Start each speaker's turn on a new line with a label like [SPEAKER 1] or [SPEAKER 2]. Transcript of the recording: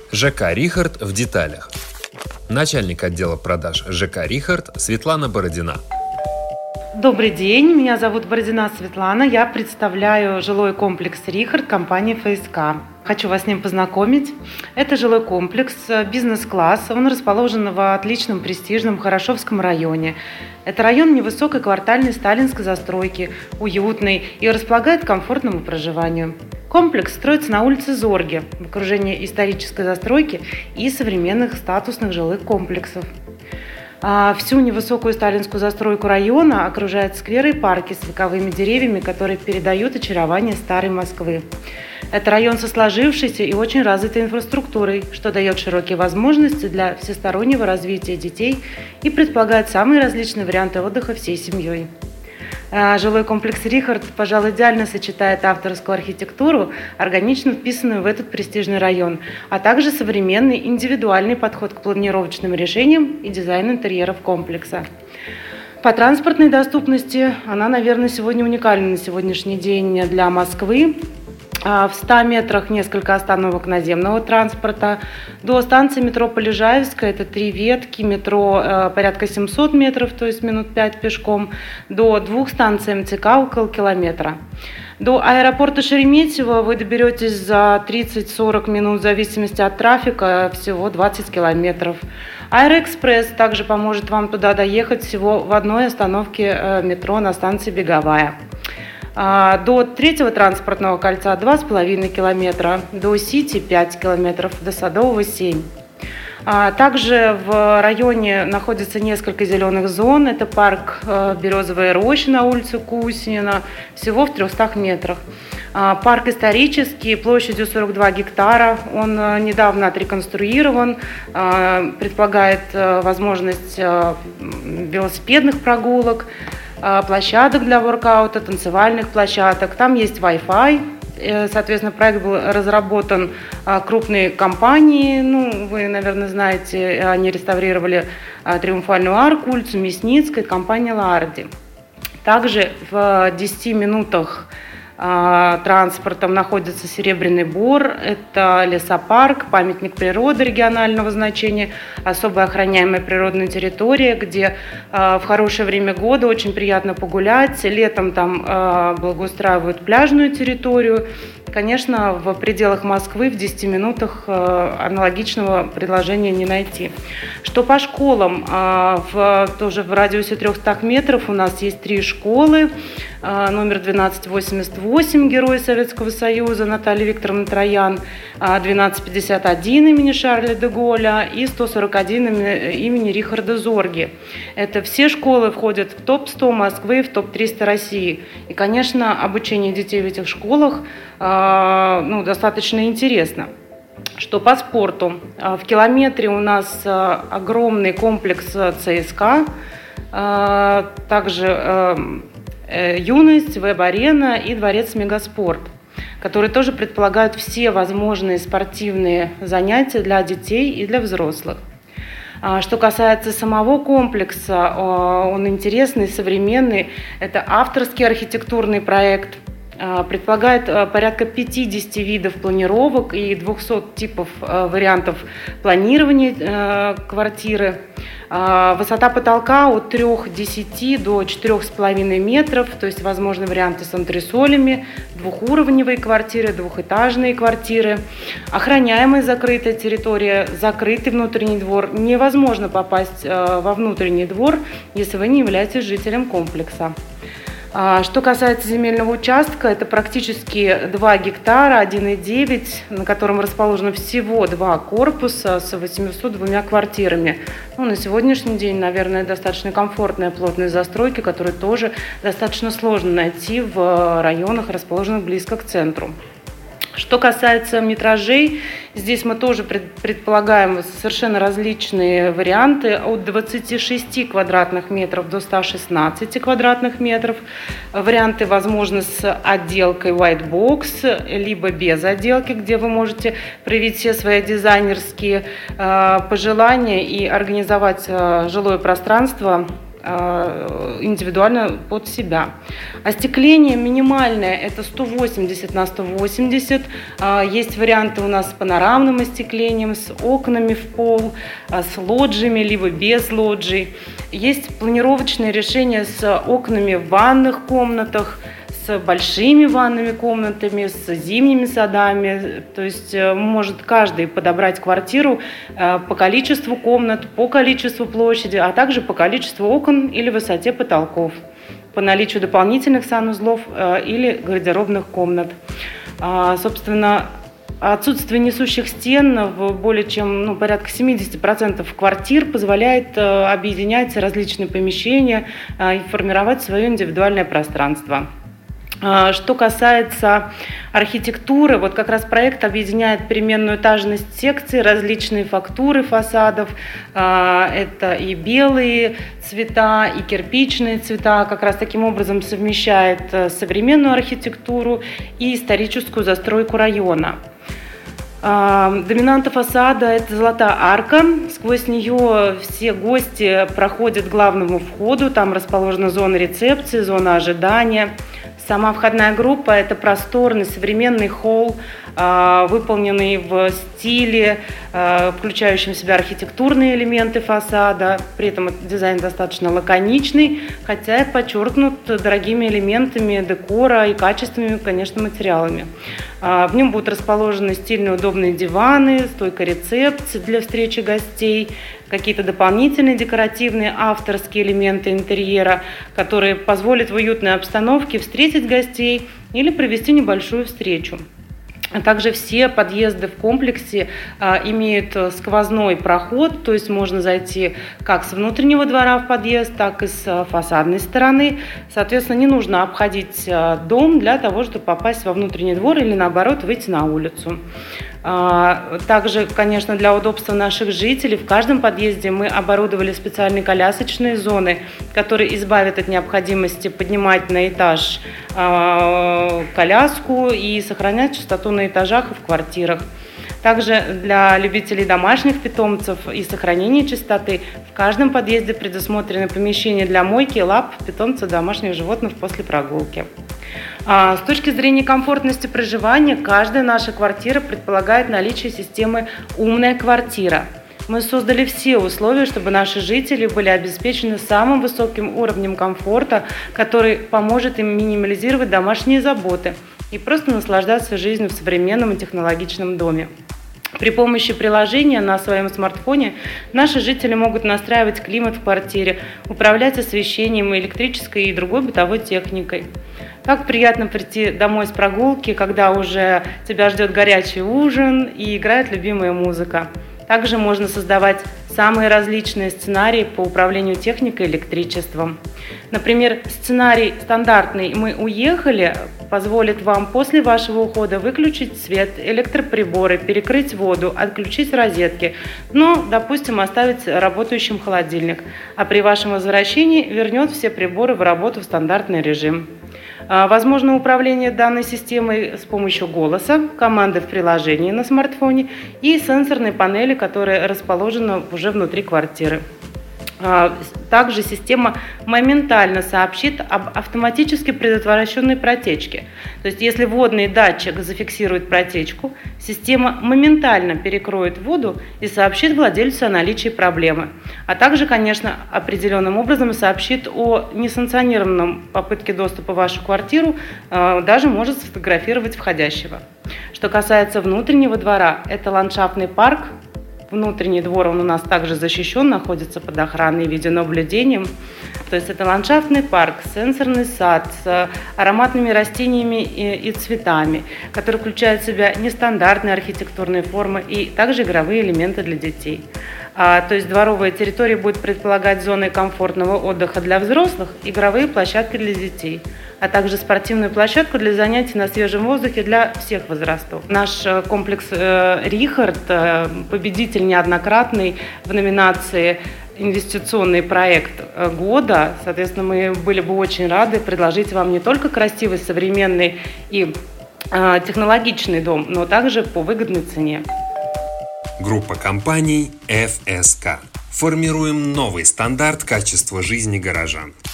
[SPEAKER 1] ЖК «Рихард» в деталях. Начальник отдела продаж ЖК «Рихард» Светлана Бородина.
[SPEAKER 2] Добрый день, меня зовут Бородина Светлана, я представляю жилой комплекс «Рихард» компании ФСК. Хочу вас с ним познакомить. Это жилой комплекс бизнес-класс, он расположен в отличном престижном Хорошевском районе. Это район невысокой квартальной сталинской застройки, уютный и располагает к комфортному проживанию. Комплекс строится на улице Зорге, в окружении исторической застройки и современных статусных жилых комплексов. Всю невысокую сталинскую застройку района окружают скверы и парки с вековыми деревьями, которые передают очарование старой Москвы. Это район со сложившейся и очень развитой инфраструктурой, что дает широкие возможности для всестороннего развития детей и предполагает самые различные варианты отдыха всей семьей. Жилой комплекс «Рихард», пожалуй, идеально сочетает авторскую архитектуру, органично вписанную в этот престижный район, а также современный индивидуальный подход к планировочным решениям и дизайну интерьеров комплекса. По транспортной доступности она, наверное, сегодня уникальна на сегодняшний день для Москвы. В 100 метрах несколько остановок наземного транспорта. До станции метро Полежаевская, это 3 ветки, метро порядка 700 метров, то есть минут 5 пешком, до 2 станций МЦК около километра. До аэропорта Шереметьево вы доберетесь за 30-40 минут в зависимости от трафика, всего 20 километров. Аэроэкспресс также поможет вам туда доехать всего в одной остановке метро на станции Беговая. До третьего транспортного кольца 2,5 километра, до Сити 5 километров, до Садового 7. Также в районе находится несколько зеленых зон. Это парк Березовая роща на улице Кусинина, всего в 300 метрах. Парк исторический, площадью 42 гектара. Он недавно отреконструирован, предполагает возможность велосипедных прогулок, площадок для воркаута, танцевальных площадок. Там есть Wi-Fi. Соответственно, проект был разработан крупной компанией. Вы, наверное, знаете, они реставрировали Триумфальную арку, улицу Мясницкой, компания «Лаарди». Также в 10 минутах транспортом находится Серебряный Бор, это лесопарк, памятник природы регионального значения, особо охраняемая природная территория, где в хорошее время года очень приятно погулять. Летом там благоустраивают пляжную территорию. Конечно, в пределах Москвы в 10 минутах аналогичного предложения не найти. Что по школам? Тоже в радиусе 300 метров у нас есть 3 школы. Номер 1288 Герой Советского Союза Наталья Викторовна Троян, 1251 имени Шарля де Голля и 141 имени Рихарда Зорги. Это все школы входят в топ-100 Москвы, в топ-300 России. И, конечно, обучение детей в этих школах достаточно интересно. Что по спорту? В километре у нас огромный комплекс ЦСКА, также «Юность», «Веб-арена» и «Дворец Мегаспорт», которые тоже предполагают все возможные спортивные занятия для детей и для взрослых. Что касается самого комплекса, он интересный, современный. Это авторский архитектурный проект. Предполагает порядка 50 видов планировок и 200 типов вариантов планирования квартиры. Высота потолка от 3,10 до 4,5 метров, то есть возможны варианты с антресолями, двухуровневые квартиры, двухэтажные квартиры. Охраняемая закрытая территория, закрытый внутренний двор. Невозможно попасть во внутренний двор, если вы не являетесь жителем комплекса. Что касается земельного участка, это практически 2 гектара, 1,9, на котором расположено всего 2 корпуса с 802 квартирами. На сегодняшний день, наверное, достаточно комфортная плотная застройки, которую тоже достаточно сложно найти в районах, расположенных близко к центру. Что касается метражей, здесь мы тоже предполагаем совершенно различные варианты от 26 квадратных метров до 116 квадратных метров. Варианты возможны с отделкой white box, либо без отделки, где вы можете проявить все свои дизайнерские пожелания и организовать жилое пространство индивидуально под себя. Остекление минимальное – это 180 на 180. Есть варианты у нас с панорамным остеклением, с окнами в пол, с лоджиями, либо без лоджий. Есть планировочные решения с окнами в ванных комнатах, с большими ванными комнатами, с зимними садами. То есть может каждый подобрать квартиру по количеству комнат, по количеству площади, а также по количеству окон или высоте потолков, по наличию дополнительных санузлов или гардеробных комнат. Собственно, отсутствие несущих стен в более чем порядка 70% квартир позволяет объединять различные помещения и формировать свое индивидуальное пространство. Что касается архитектуры, вот как раз проект объединяет переменную этажность секций, различные фактуры фасадов. Это и белые цвета, и кирпичные цвета. Как раз таким образом совмещает современную архитектуру и историческую застройку района. Доминанта фасада – это золотая арка. Сквозь нее все гости проходят к главному входу. Там расположена зона рецепции, зона ожидания. Сама входная группа – это просторный современный холл, выполненный в стиле, включающем в себя архитектурные элементы фасада. При этом дизайн достаточно лаконичный, хотя и подчеркнут дорогими элементами декора и качественными, конечно, материалами. В нем будут расположены стильные удобные диваны, стойка рецепции для встречи гостей, какие-то дополнительные декоративные авторские элементы интерьера, которые позволят в уютной обстановке встретить гостей или провести небольшую встречу. А также все подъезды в комплексе имеют сквозной проход, то есть можно зайти как с внутреннего двора в подъезд, так и с фасадной стороны. Соответственно, не нужно обходить дом для того, чтобы попасть во внутренний двор или, наоборот, выйти на улицу. Также, конечно, для удобства наших жителей в каждом подъезде мы оборудовали специальные колясочные зоны, которые избавят от необходимости поднимать на этаж коляску и сохранять чистоту на этажах и в квартирах. Также для любителей домашних питомцев и сохранения чистоты в каждом подъезде предусмотрены помещения для мойки лап питомцев домашних животных после прогулки. С точки зрения комфортности проживания, каждая наша квартира предполагает наличие системы «Умная квартира». Мы создали все условия, чтобы наши жители были обеспечены самым высоким уровнем комфорта, который поможет им минимализировать домашние заботы и просто наслаждаться жизнью в современном и технологичном доме. При помощи приложения на своем смартфоне наши жители могут настраивать климат в квартире, управлять освещением, электрической и другой бытовой техникой. Как приятно прийти домой с прогулки, когда уже тебя ждет горячий ужин и играет любимая музыка. Также можно создавать самые различные сценарии по управлению техникой и электричеством. Например, сценарий стандартный «Мы уехали» позволит вам после вашего ухода выключить свет, электроприборы, перекрыть воду, отключить розетки, но, допустим, оставить работающим холодильник, а при вашем возвращении вернет все приборы в работу в стандартный режим. Возможно управление данной системой с помощью голоса, команды в приложении на смартфоне и сенсорной панели, которая расположена уже внутри квартиры. Также система моментально сообщит об автоматически предотвращенной протечке. То есть, если водный датчик зафиксирует протечку, система моментально перекроет воду и сообщит владельцу о наличии проблемы. А также, конечно, определенным образом сообщит о несанкционированном попытке доступа в вашу квартиру, даже может сфотографировать входящего. Что касается внутреннего двора, это ландшафтный парк. Внутренний двор он у нас также защищен, находится под охраной и видеонаблюдением. То есть это ландшафтный парк, сенсорный сад с ароматными растениями и цветами, который включает в себя нестандартные архитектурные формы и также игровые элементы для детей. То есть дворовая территория будет предполагать зоны комфортного отдыха для взрослых, игровые площадки для детей, а также спортивную площадку для занятий на свежем воздухе для всех возрастов. Наш комплекс «Рихард» победитель неоднократный в номинации «Инвестиционный проект года». Соответственно, мы были бы очень рады предложить вам не только красивый, современный и технологичный дом, но также по выгодной цене.
[SPEAKER 1] Группа компаний ФСК. Формируем новый стандарт качества жизни горожан.